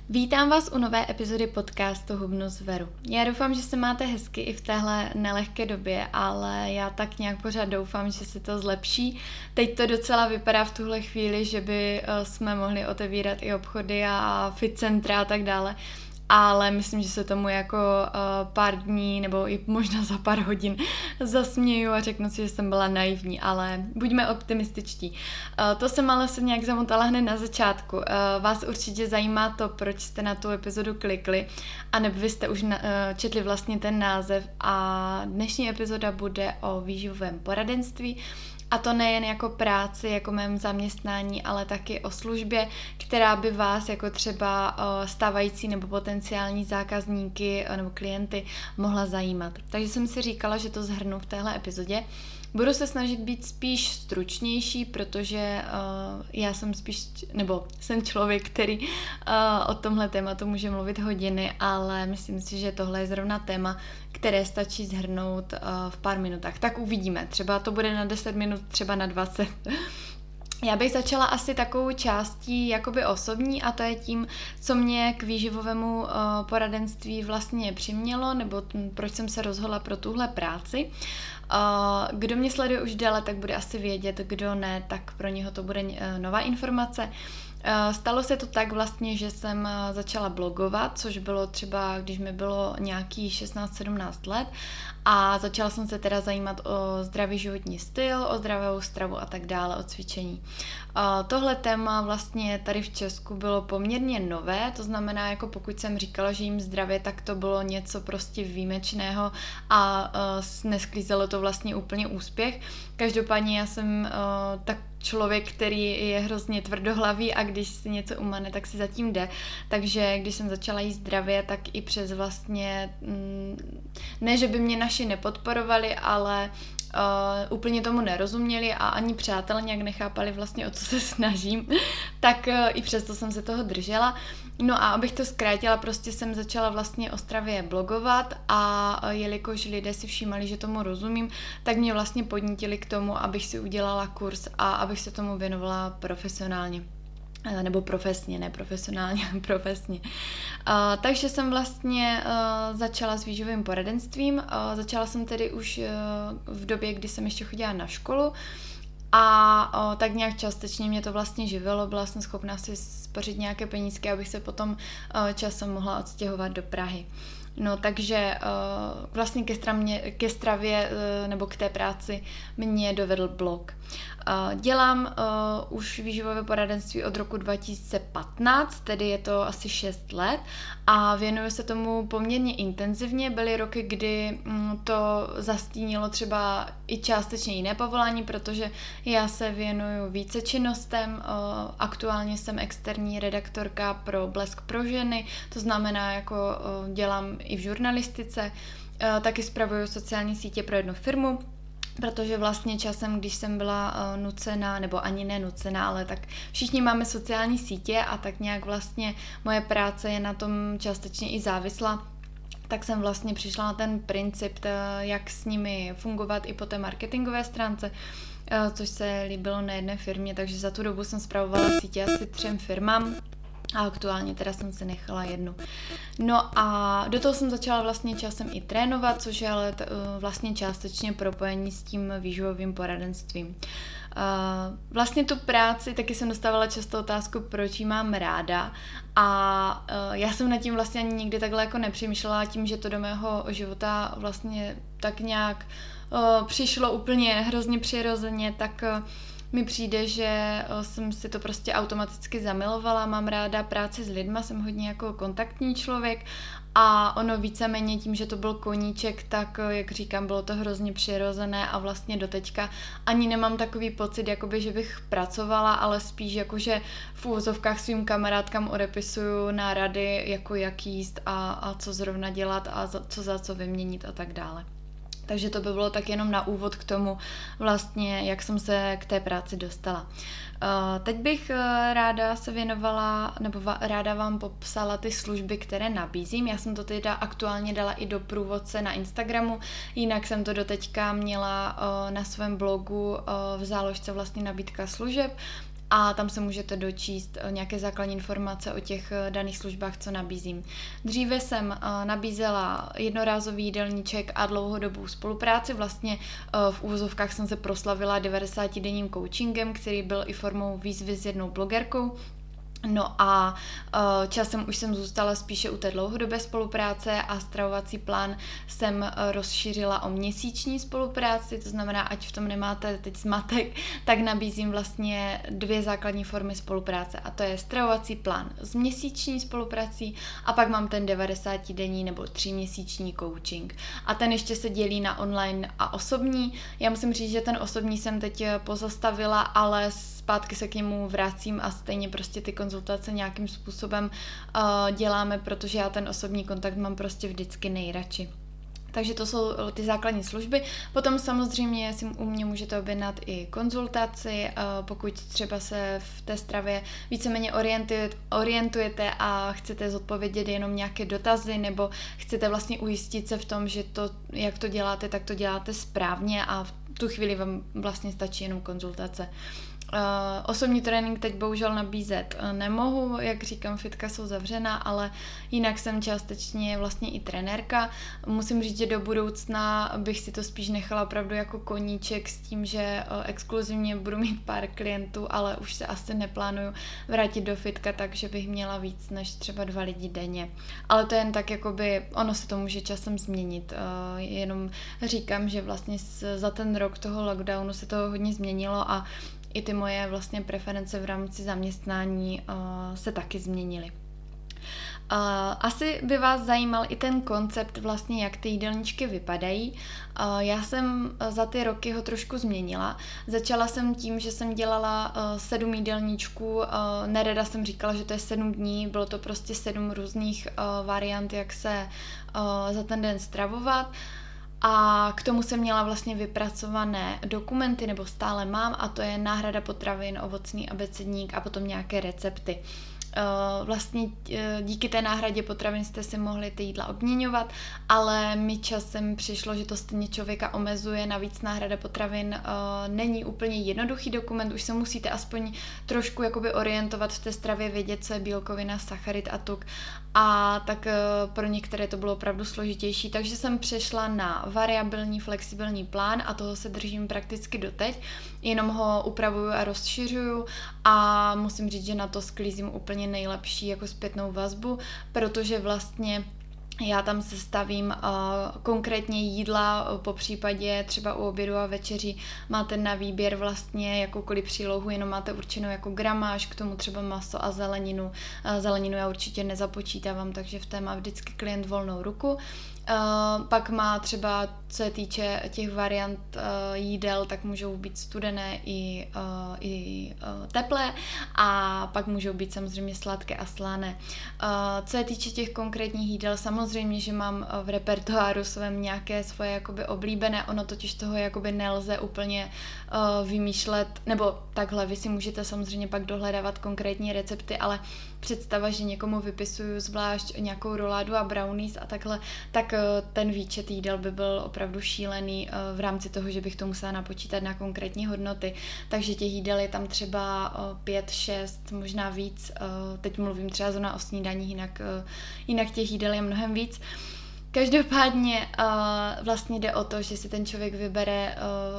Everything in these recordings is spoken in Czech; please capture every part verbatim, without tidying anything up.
Vítám vás u nové epizody podcastu Hubnu z Veru. Já doufám, že se máte hezky i v téhle nelehké době, ale já tak nějak pořád doufám, že se to zlepší. Teď to docela vypadá v tuhle chvíli, že by jsme mohli otevírat i obchody a fit centra a tak dále. Ale myslím, že se tomu jako uh, pár dní nebo i možná za pár hodin zasměju a řeknu si, že jsem byla naivní, ale buďme optimističtí. Uh, to jsem ale se nějak zamotala hned na začátku. Uh, vás určitě zajímá to, proč jste na tu epizodu klikli, anebo vy jste už na, uh, četli vlastně ten název a dnešní epizoda bude o výživovém poradenství. A to nejen jako práci, jako mém zaměstnání, ale taky o službě, která by vás jako třeba stávající nebo potenciální zákazníky nebo klienty mohla zajímat. Takže jsem si říkala, že to shrnu v téhle epizodě. Budu se snažit být spíš stručnější, protože uh, já jsem spíš, nebo jsem člověk, který uh, o tomhle tématu může mluvit hodiny, ale myslím si, že tohle je zrovna téma, které stačí shrnout uh, v pár minutách. Tak uvidíme, třeba to bude na deset minut, třeba na dvacet. Já bych začala asi takovou částí jakoby osobní a to je tím, co mě k výživovému uh, poradenství vlastně přimělo, nebo t- proč jsem se rozhodla pro tuhle práci. Uh, kdo mě sleduje už déle, tak bude asi vědět, kdo ne, tak pro něho to bude uh, nová informace. Uh, stalo se to tak vlastně, že jsem uh, začala blogovat, což bylo třeba, když mi bylo nějaký šestnáct sedmnáct let a začala jsem se teda zajímat o zdravý životní styl, o zdravou stravu a tak dále, o cvičení. Uh, tohle téma vlastně tady v Česku bylo poměrně nové, to znamená, jako pokud jsem říkala, že jím zdravě, tak to bylo něco prostě výjimečného a uh, nesklízelo to vlastně úplně úspěch. Každopádně já jsem uh, tak člověk, který je hrozně tvrdohlavý a když si něco umane, tak si zatím jde. Takže když jsem začala jíst zdravě, tak i přes vlastně, ne, že by mě naši nepodporovali, ale Uh, úplně tomu nerozuměli a ani přátelé nějak nechápali vlastně, o co se snažím, tak uh, i přesto jsem se toho držela. No a abych to zkrátila, prostě jsem začala vlastně o stravě blogovat a uh, jelikož lidé si všímali, že tomu rozumím, tak mě vlastně podnítili k tomu, abych si udělala kurz a abych se tomu věnovala profesionálně. Nebo profesně, ne profesionálně, profesně. Uh, takže jsem vlastně uh, začala s výživovým poradenstvím. Uh, začala jsem tedy už uh, v době, kdy jsem ještě chodila na školu a uh, tak nějak částečně mě to vlastně živilo. Byla jsem schopná si spořit nějaké penízky, abych se potom uh, časem mohla odstěhovat do Prahy. No takže uh, vlastně ke stravě, ke stravě uh, nebo k té práci mě dovedl blog. Uh, dělám uh, už výživové poradenství od roku dva tisíce patnáct, tedy je to asi šest let a věnuju se tomu poměrně intenzivně. Byly roky, kdy um, to zastínilo třeba i částečně jiné povolání, protože já se věnuju více činnostem. Uh, aktuálně jsem externí redaktorka pro Blesk pro ženy, to znamená, jako uh, dělám i v žurnalistice, uh, taky spravuju sociální sítě pro jednu firmu, protože vlastně časem, když jsem byla uh, nucená, nebo ani ne nucená, ale tak všichni máme sociální sítě a tak nějak vlastně moje práce je na tom částečně i závislá, tak jsem vlastně přišla na ten princip, jak s nimi fungovat i po té marketingové stránce, uh, což se líbilo na jedné firmě, takže za tu dobu jsem spravovala sítě asi třem firmám. A aktuálně teda jsem si nechala jednu. No a do toho jsem začala vlastně časem i trénovat, což je ale t- vlastně částečně propojení s tím výživovým poradenstvím. Uh, vlastně tu práci taky jsem dostávala často otázku, proč ji mám ráda a uh, já jsem nad tím vlastně ani nikdy takhle jako nepřemýšlela, tím, že to do mého života vlastně tak nějak uh, přišlo úplně hrozně přirozeně, tak uh, mi přijde, že jsem si to prostě automaticky zamilovala, mám ráda práci s lidma, jsem hodně jako kontaktní člověk a ono víceméně tím, že to byl koníček, tak jak říkám, bylo to hrozně přirozené a vlastně doteďka ani nemám takový pocit, jakoby, že bych pracovala, ale spíš jakože v úvozovkách svým kamarádkám odepisuju na rady, jako jak jíst a, a co zrovna dělat a za, co za co vyměnit a tak dále. Takže to by bylo tak jenom na úvod k tomu vlastně, jak jsem se k té práci dostala. Uh, teď bych uh, ráda se věnovala, nebo va, ráda vám popsala ty služby, které nabízím. Já jsem to teda aktuálně dala i do průvodce na Instagramu, jinak jsem to doteďka měla uh, na svém blogu uh, v záložce vlastně nabídka služeb. a tam se můžete dočíst nějaké základní informace o těch daných službách, co nabízím. Dříve jsem nabízela jednorázový jídelníček a dlouhodobou spolupráci. Vlastně v úvozovkách jsem se proslavila devadesátidenním coachingem, který byl i formou výzvy s jednou blogerkou. No a časem už jsem zůstala spíše u té dlouhodobé spolupráce a stravovací plán jsem rozšířila o měsíční spolupráci, to znamená, ať v tom nemáte teď zmatek, tak nabízím vlastně dvě základní formy spolupráce a to je stravovací plán s měsíční spoluprací a pak mám ten devadesátidenní nebo tříměsíční coaching. A ten ještě se dělí na online a osobní. Já musím říct, že ten osobní jsem teď pozastavila, ale zpátky se k němu vracím a stejně prostě ty konzultace nějakým způsobem uh, děláme, protože já ten osobní kontakt mám prostě vždycky nejradši. Takže to jsou ty základní služby. Potom samozřejmě si u mě můžete objednat i konzultaci, pokud třeba se v té stravě víceméně orientujete a chcete zodpovědět jenom nějaké dotazy nebo chcete vlastně ujistit se v tom, že to, jak to děláte, tak to děláte správně a v tu chvíli vám vlastně stačí jenom konzultace. Uh, osobní trénink teď bohužel nabízet uh, nemohu, jak říkám, fitka jsou zavřená, ale jinak jsem částečně vlastně i trenérka. Musím říct, že do budoucna bych si to spíš nechala opravdu jako koníček s tím, že uh, exkluzivně budu mít pár klientů, ale už se asi neplánuju vrátit do fitka, takže bych měla víc než třeba dva lidi denně. Ale to jen tak, jakoby, ono se to může časem změnit. Uh, jenom říkám, že vlastně s, za ten rok toho lockdownu se to hodně změnilo a i ty moje vlastně preference v rámci zaměstnání uh, se taky změnily. Uh, asi by vás zajímal i ten koncept vlastně, jak ty jídelníčky vypadají. Uh, já jsem za ty roky ho trošku změnila. Začala jsem tím, že jsem dělala uh, sedm jídelníčků. Uh, nerada jsem říkala, že to je sedm dní. Bylo to prostě sedm různých uh, variant, jak se uh, za ten den stravovat. A k tomu jsem měla vlastně vypracované dokumenty, nebo stále mám, a to je náhrada potravin, ovocný abecedník a potom nějaké recepty. Vlastně díky té náhradě potravin jste si mohli ty jídla obměňovat, ale mi časem přišlo, že to stejně člověka omezuje, navíc náhrada potravin není úplně jednoduchý dokument, už se musíte aspoň trošku jakoby orientovat v té stravě, vědět, co je bílkovina, sacharid a tuk, a tak pro některé to bylo opravdu složitější, takže jsem přešla na variabilní, flexibilní plán a toho se držím prakticky doteď, jenom ho upravuju a rozšiřuju a musím říct, že na to sklízím úplně nejlepší jako zpětnou vazbu, protože vlastně já tam sestavím uh, konkrétně jídla, po případě třeba u obědu a večeří máte na výběr vlastně jakoukoliv přílohu, jenom máte určenou jako gramáž, k tomu třeba maso a zeleninu. Uh, zeleninu já určitě nezapočítávám, takže v té má vždycky klient volnou ruku. Uh, pak má třeba, co se týče těch variant uh, jídel, tak můžou být studené i, uh, i uh, teplé a pak můžou být samozřejmě sladké a slané. Uh, co se týče těch konkrétních jídel, samozřejmě, že mám v repertoáru svém nějaké svoje jakoby oblíbené, ono totiž toho jakoby nelze úplně uh, vymýšlet, nebo takhle, vy si můžete samozřejmě pak dohledávat konkrétní recepty, ale představa, že někomu vypisuju zvlášť nějakou roládu a brownies a takhle, tak ten výčet jídel by byl opravdu šílený v rámci toho, že bych to musela napočítat na konkrétní hodnoty. Takže těch jídel je tam třeba pět, šest, možná víc. Teď mluvím třeba zrovna o snídaní, jinak, jinak těch jídel je mnohem víc. Každopádně vlastně jde o to, že si ten člověk vybere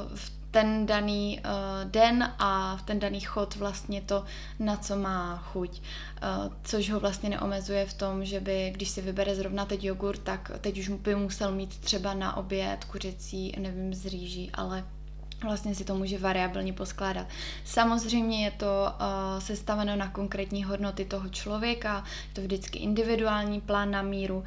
v ten daný uh, den a v ten daný chod vlastně to, na co má chuť. Uh, což ho vlastně neomezuje v tom, že by, když si vybere zrovna teď jogurt, tak teď už by musel mít třeba na oběd kuřecí, nevím, z rýží, ale vlastně si to může variabilně poskládat. Samozřejmě je to uh, sestaveno na konkrétní hodnoty toho člověka, je to vždycky individuální plán na míru,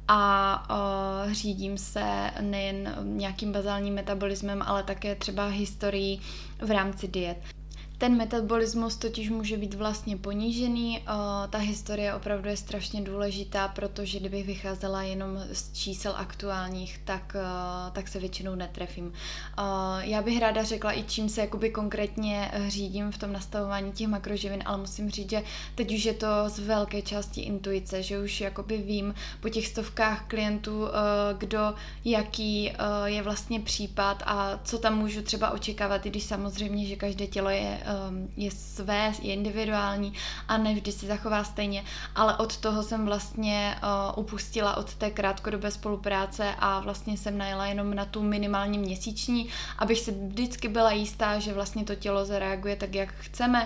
a uh, řídím se nejen nějakým bazálním metabolismem, ale také třeba historií v rámci diet. Ten metabolismus totiž může být vlastně ponížený, uh, ta historie opravdu je strašně důležitá, protože kdybych vycházela jenom z čísel aktuálních, tak, uh, tak se většinou netrefím. Uh, já bych ráda řekla i čím se jakoby konkrétně řídím v tom nastavování těch makroživin, ale musím říct, že teď už je to z velké části intuice, že už jakoby vím po těch stovkách klientů, uh, kdo jaký uh, je vlastně případ a co tam můžu třeba očekávat, i když samozřejmě, že každé tělo je je své, je individuální a ne vždy si zachová stejně, ale od toho jsem vlastně upustila od té krátkodobé spolupráce a vlastně jsem najela jenom na tu minimální měsíční, abych si vždycky byla jistá, že vlastně to tělo zareaguje tak, jak chceme,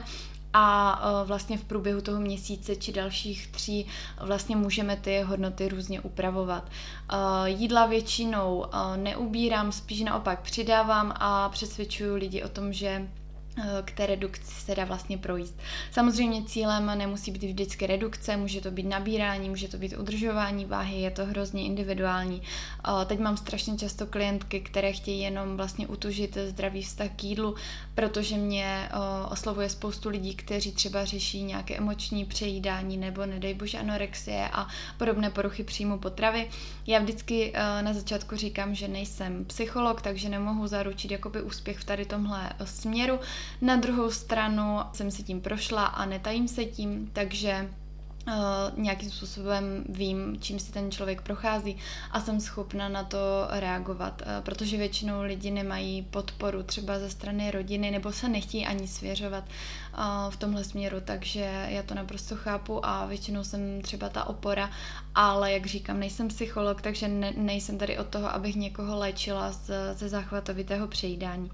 a vlastně v průběhu toho měsíce či dalších tří vlastně můžeme ty hodnoty různě upravovat. Jídla většinou neubírám, spíš naopak přidávám a přesvědčuju lidi o tom, že k té redukci se dá vlastně projít. Samozřejmě cílem nemusí být vždycky redukce, může to být nabírání, může to být udržování váhy, je to hrozně individuální. Teď mám strašně často klientky, které chtějí jenom vlastně utužit zdravý vztah k jídlu, protože mě oslovuje spoustu lidí, kteří třeba řeší nějaké emoční přejídání nebo nedej bože anorexie a podobné poruchy příjmu potravy. Já vždycky na začátku říkám, že nejsem psycholog, takže nemohu zaručit jakoby úspěch v tady tomhle směru. Na druhou stranu jsem si tím prošla a netajím se tím, takže uh, nějakým způsobem vím, čím si ten člověk prochází a jsem schopna na to reagovat, uh, protože většinou lidi nemají podporu třeba ze strany rodiny nebo se nechtějí ani svěřovat uh, v tomhle směru, takže já to naprosto chápu a většinou jsem třeba ta opora, ale jak říkám, nejsem psycholog, takže ne, nejsem tady od toho, abych někoho léčila z, ze záchvatovitého přejídání.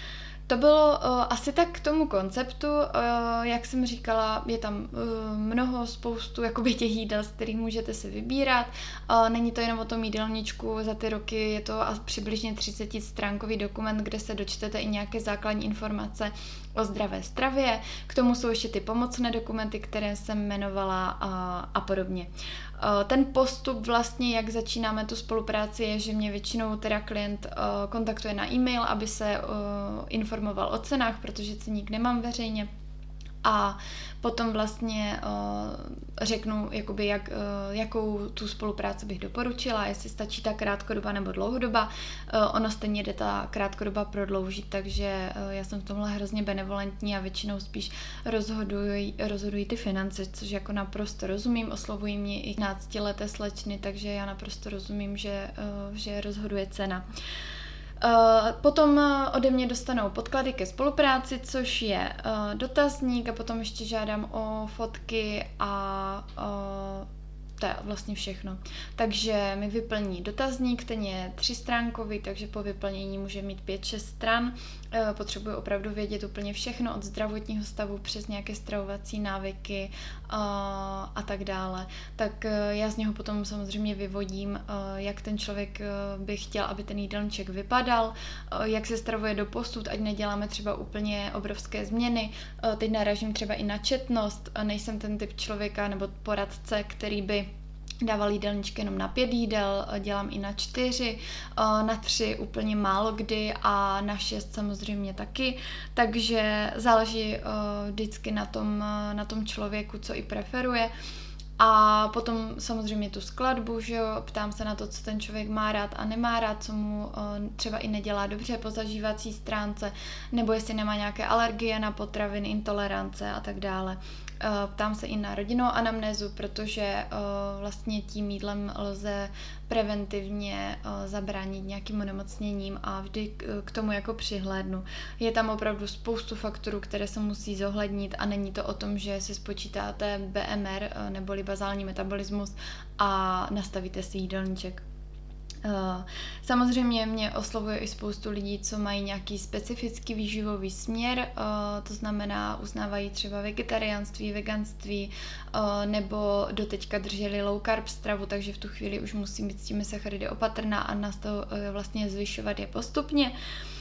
To bylo uh, asi tak k tomu konceptu, uh, jak jsem říkala, je tam uh, mnoho, spoustu jakoby těch jídel, z kterých můžete si vybírat. Uh, není to jenom o tom jídelníčku, za ty roky je to přibližně třicetistránkový dokument, kde se dočtete i nějaké základní informace o zdravé stravě. K tomu jsou ještě ty pomocné dokumenty, které jsem jmenovala uh, a podobně. Ten postup vlastně, jak začínáme tu spolupráci, je, že mě většinou teda klient uh, kontaktuje na e-mail, aby se uh, informoval o cenách, protože ceník nemám veřejně. A potom vlastně uh, řeknu, jakoby jak, uh, jakou tu spolupráci bych doporučila, jestli stačí ta krátkodoba nebo dlouhodoba. Uh, ono stejně jde ta krátkodoba prodloužit, takže uh, já jsem v tomhle hrozně benevolentní a většinou spíš rozhoduji, rozhoduji ty finance, což jako naprosto rozumím. Oslovují mě i náctileté slečny, takže já naprosto rozumím, že, uh, že rozhoduje cena. Uh, potom ode mě dostanou podklady ke spolupráci, což je uh, dotazník a potom ještě žádám o fotky a uh, to je vlastně všechno. Takže mi vyplní dotazník, ten je třistránkový, takže po vyplnění může mít pět šest stran. Potřebuji opravdu vědět úplně všechno od zdravotního stavu přes nějaké stravovací návyky a tak dále. Tak já z něho potom samozřejmě vyvodím, jak ten člověk by chtěl, aby ten jídelníček vypadal, jak se stravuje doposud, ať neděláme třeba úplně obrovské změny. Teď narážím třeba i na četnost, nejsem ten typ člověka nebo poradce, který by dával jídelníčky jenom na pět jídel, dělám i na čtyři, na tři úplně málo kdy a na šest samozřejmě taky, takže záleží vždycky na tom, na tom člověku, co i preferuje. A potom samozřejmě tu skladbu, že jo, ptám se na to, co ten člověk má rád a nemá rád, co mu třeba i nedělá dobře po zažívací stránce, nebo jestli nemá nějaké alergie na potraviny, intolerance a tak dále. Ptám se i na rodinnou anamnézu, protože vlastně tím jídlem lze preventivně zabránit nějakým onemocněním a vždy k tomu jako přihlédnu. Je tam opravdu spoustu faktorů, které se musí zohlednit a není to o tom, že si spočítáte B M R neboli bazální metabolismus a nastavíte si jídelníček. Samozřejmě mě oslovuje i spoustu lidí, co mají nějaký specifický výživový směr, to znamená uznávají třeba vegetariánství, veganství nebo doteďka drželi low carb stravu, takže v tu chvíli už musí být s těmi sacharidy opatrná a nás to vlastně zvyšovat je postupně.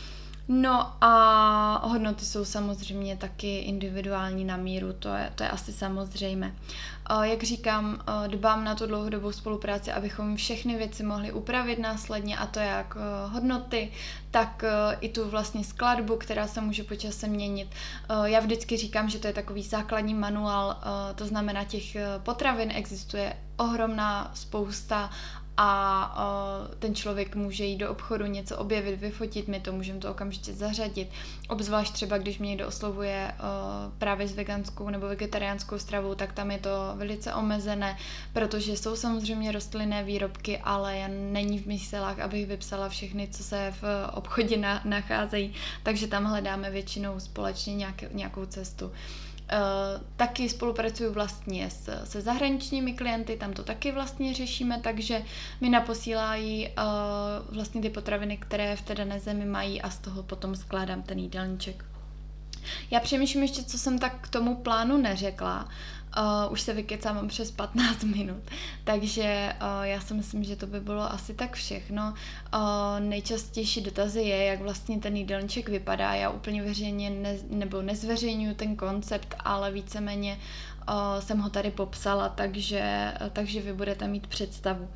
No a hodnoty jsou samozřejmě taky individuální na míru, to je, to je asi samozřejmé. Jak říkám, dbám na tu dlouhodobou spolupráci, abychom všechny věci mohli upravit následně, a to jak hodnoty, tak i tu vlastně skladbu, která se může po čase měnit. Já vždycky říkám, že to je takový základní manuál, to znamená těch potravin existuje ohromná spousta a uh, ten člověk může jít do obchodu, něco objevit, vyfotit, my to můžeme to okamžitě zařadit. Obzvlášť třeba, když mě někdo oslovuje uh, právě s veganskou nebo vegetariánskou stravou, tak tam je to velice omezené, protože jsou samozřejmě rostlinné výrobky, ale já není v mých silách, abych vypsala všechny, co se v obchodě na, nacházejí, takže tam hledáme většinou společně nějaké, nějakou cestu. Uh, taky spolupracuju vlastně s, se zahraničními klienty, tam to taky vlastně řešíme, takže mi naposílají uh, vlastně ty potraviny, které v té dané zemi mají a z toho potom skládám ten jídelníček. Já přemýšlím ještě, co jsem tak k tomu plánu neřekla. Uh, už se vykecám, mám přes patnáct minut, takže uh, já si myslím, že to by bylo asi tak všechno. Uh, nejčastější dotazy je, jak vlastně ten jídelníček vypadá. Já úplně veřejně ne, nebo nezveřejňuji ten koncept, ale víceméně uh, jsem ho tady popsala, takže, uh, takže vy budete mít představu.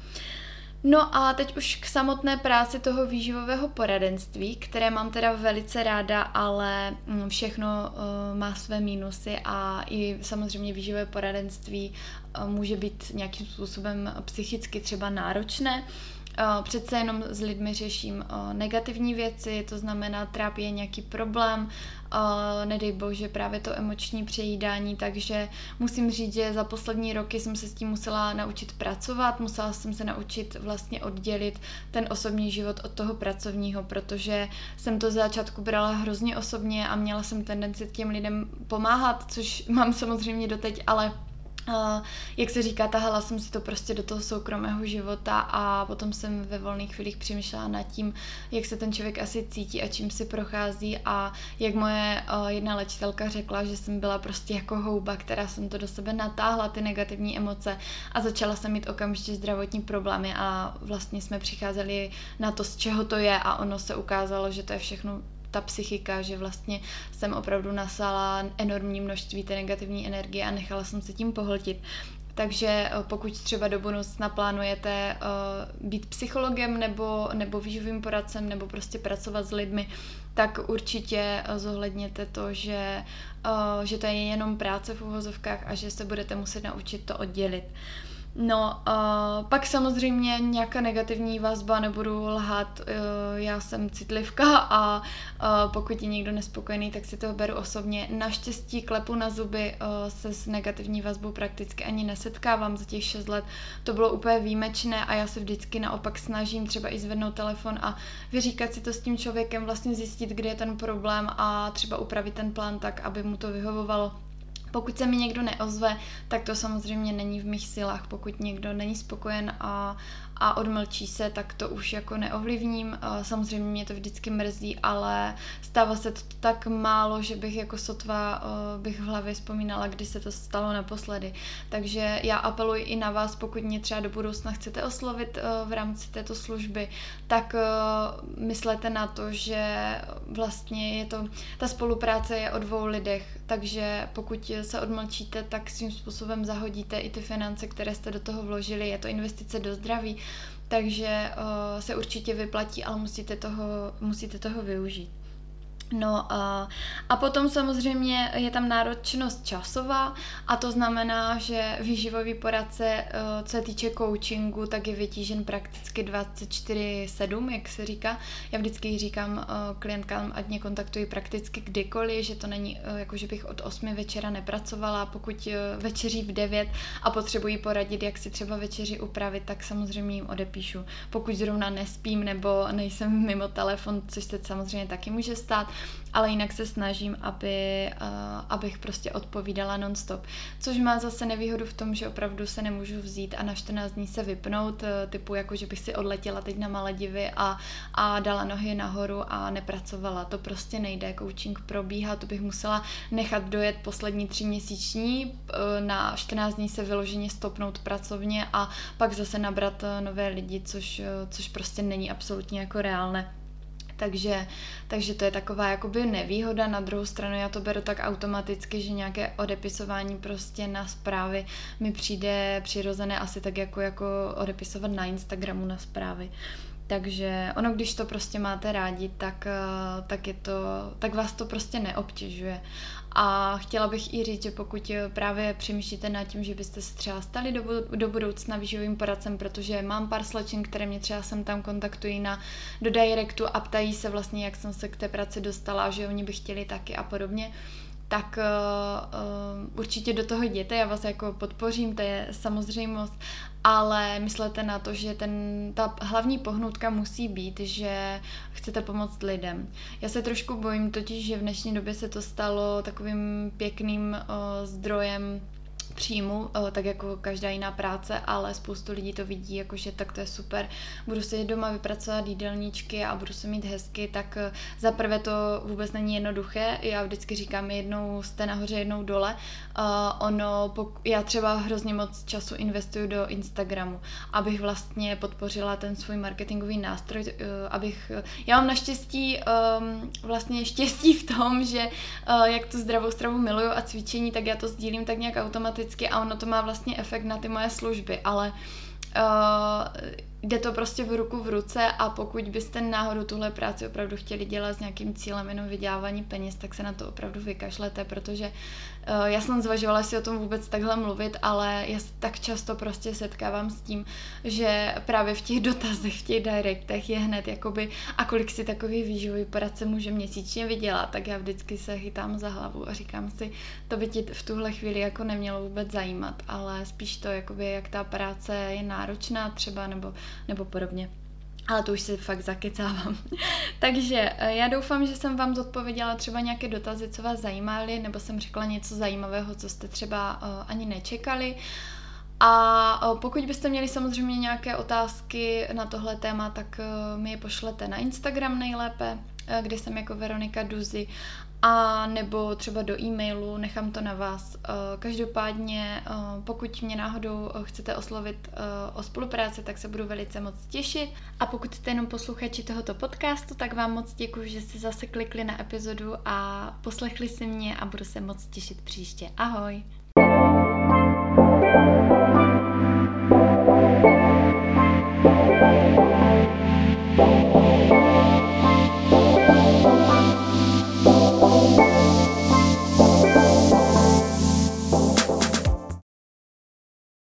No a teď už k samotné práci toho výživového poradenství, které mám teda velice ráda, ale všechno uh, má své mínusy a i samozřejmě výživové poradenství uh, může být nějakým způsobem psychicky třeba náročné. Uh, přece jenom s lidmi řeším uh, negativní věci, to znamená trápí je nějaký problém, uh, nedej bože právě to emoční přejídání, takže musím říct, že za poslední roky jsem se s tím musela naučit pracovat, musela jsem se naučit vlastně oddělit ten osobní život od toho pracovního, protože jsem to z začátku brala hrozně osobně a měla jsem tendenci těm lidem pomáhat, což mám samozřejmě doteď, ale Uh, jak se říká, tahala jsem si to prostě do toho soukromého života a potom jsem ve volných chvílích přemýšlela nad tím, jak se ten člověk asi cítí a čím si prochází a jak moje uh, jedna léčitelka řekla, že jsem byla prostě jako houba, která jsem to do sebe natáhla, ty negativní emoce a začala jsem mít okamžitě zdravotní problémy a vlastně jsme přicházeli na to, z čeho to je a ono se ukázalo, že to je všechno ta psychika, že vlastně jsem opravdu nasala enormní množství té negativní energie a nechala jsem se tím pohltit. Takže pokud třeba do budoucna plánujete uh, být psychologem nebo, nebo výživovým poradcem nebo prostě pracovat s lidmi, tak určitě zohledněte to, že, uh, že to je jenom práce v uvozovkách a že se budete muset naučit to oddělit. No, uh, pak samozřejmě nějaká negativní vazba, nebudu lhát, uh, já jsem citlivka a uh, pokud je někdo nespokojený, tak si toho beru osobně. Naštěstí klepu na zuby uh, se s negativní vazbou prakticky ani nesetkávám za těch šest let. To bylo úplně výjimečné a já se vždycky naopak snažím třeba i zvednout telefon a vyříkat si to s tím člověkem, vlastně zjistit, kde je ten problém a třeba upravit ten plán tak, aby mu to vyhovovalo. Pokud se mi někdo neozve, tak to samozřejmě není v mých silách. Pokud někdo není spokojen a, a odmlčí se, tak to už jako neovlivním. Samozřejmě mě to vždycky mrzí, ale stává se to tak málo, že bych jako sotva bych v hlavě vzpomínala, kdy se to stalo naposledy. Takže já apeluji i na vás, pokud mě třeba do budoucna chcete oslovit v rámci této služby, tak myslete na to, že vlastně je to, ta spolupráce je o dvou lidech, takže pokud se odmlčíte, tak svým způsobem zahodíte i ty finance, které jste do toho vložili, je to investice do zdraví, takže uh, se určitě vyplatí, ale musíte toho, musíte toho využít. No uh, a potom samozřejmě je tam náročnost časová a to znamená, že výživový poradce, uh, co se týče coachingu, tak je vytížen prakticky dvacet čtyři sedm, jak se říká. Já vždycky říkám uh, klientkám, ať mě kontaktují prakticky kdykoliv, že to není uh, jako, že bych od osmi večera nepracovala, pokud uh, večeří v devět a potřebují poradit, jak si třeba večeři upravit, tak samozřejmě jim odepíšu. Pokud zrovna nespím nebo nejsem mimo telefon, což se samozřejmě taky může stát, ale jinak se snažím, aby, uh, abych prostě odpovídala non-stop. Což má zase nevýhodu v tom, že opravdu se nemůžu vzít a na čtrnáct dní se vypnout, uh, typu jako, že bych si odletěla teď na Maledivy a, a dala nohy nahoru a nepracovala. To prostě nejde, coaching probíhá, to bych musela nechat dojet poslední tři měsíční, uh, na čtrnáct dní se vyloženě stopnout pracovně a pak zase nabrat uh, nové lidi, což, uh, což prostě není absolutně jako reálné. Takže, takže to je taková jakoby nevýhoda, na druhou stranu já to beru tak automaticky, že nějaké odepisování prostě na zprávy mi přijde přirozené asi tak jako, jako odepisovat na Instagramu na zprávy. Takže ono, když to prostě máte rádi, tak, tak, je to, tak vás to prostě neobtěžuje. A chtěla bych i říct, že pokud právě přemýšlíte nad tím, že byste se třeba stali do, do budoucna výživovým poradcem, protože mám pár slečen, které mě třeba sem tam kontaktují na, do directu a ptají se vlastně, jak jsem se k té práci dostala, že oni by chtěli taky a podobně, tak uh, uh, určitě do toho jděte, já vás jako podpořím, to je samozřejmost, ale myslete na to, že ten, ta hlavní pohnutka musí být, že chcete pomoct lidem. Já se trošku bojím totiž, že v dnešní době se to stalo takovým pěkným uh, zdrojem příjmu, tak jako každá jiná práce, ale spoustu lidí to vidí, jakože tak to je super, budu si doma vypracovat jídelníčky a budu se mít hezky, tak za prvé to vůbec není jednoduché, já vždycky říkám, jednou jste nahoře, jednou dole, uh, ono, pok- já třeba hrozně moc času investuju do Instagramu, abych vlastně podpořila ten svůj marketingový nástroj, uh, abych, já mám naštěstí um, vlastně štěstí v tom, že uh, jak tu zdravou stravu miluju a cvičení, tak já to sdílím tak nějak automaticky a ono to má vlastně efekt na ty moje služby, ale uh, jde to prostě v ruku v ruce a pokud byste náhodou tuhle práci opravdu chtěli dělat s nějakým cílem jenom vydělávání peněz, tak se na to opravdu vykašlete, protože uh, já jsem zvažovala si o tom vůbec takhle mluvit, ale já se tak často prostě setkávám s tím, že právě v těch dotazech, v těch directech je hned jakoby a kolik si takový výživový poradce může měsíčně vydělat, tak já vždycky se chytám za hlavu a říkám si, to by ti v tuhle chvíli jako nemělo vůbec zajímat, ale spíš to jakoby jak ta práce je náročná třeba nebo nebo podobně. Ale to už si fakt zakecávám. Takže já doufám, že jsem vám zodpověděla třeba nějaké dotazy, co vás zajímaly, nebo jsem řekla něco zajímavého, co jste třeba uh, ani nečekali. A uh, pokud byste měli samozřejmě nějaké otázky na tohle téma, tak uh, mi je pošlete na Instagram nejlépe, uh, kde jsem jako Veronika Duzy, a nebo třeba do e-mailu, nechám to na vás. Každopádně, pokud mě náhodou chcete oslovit o spolupráci, tak se budu velice moc těšit. A pokud jste jenom posluchači tohoto podcastu, tak vám moc děkuji, že jste zase klikli na epizodu a poslechli si mě a budu se moc těšit příště. Ahoj! Thank you.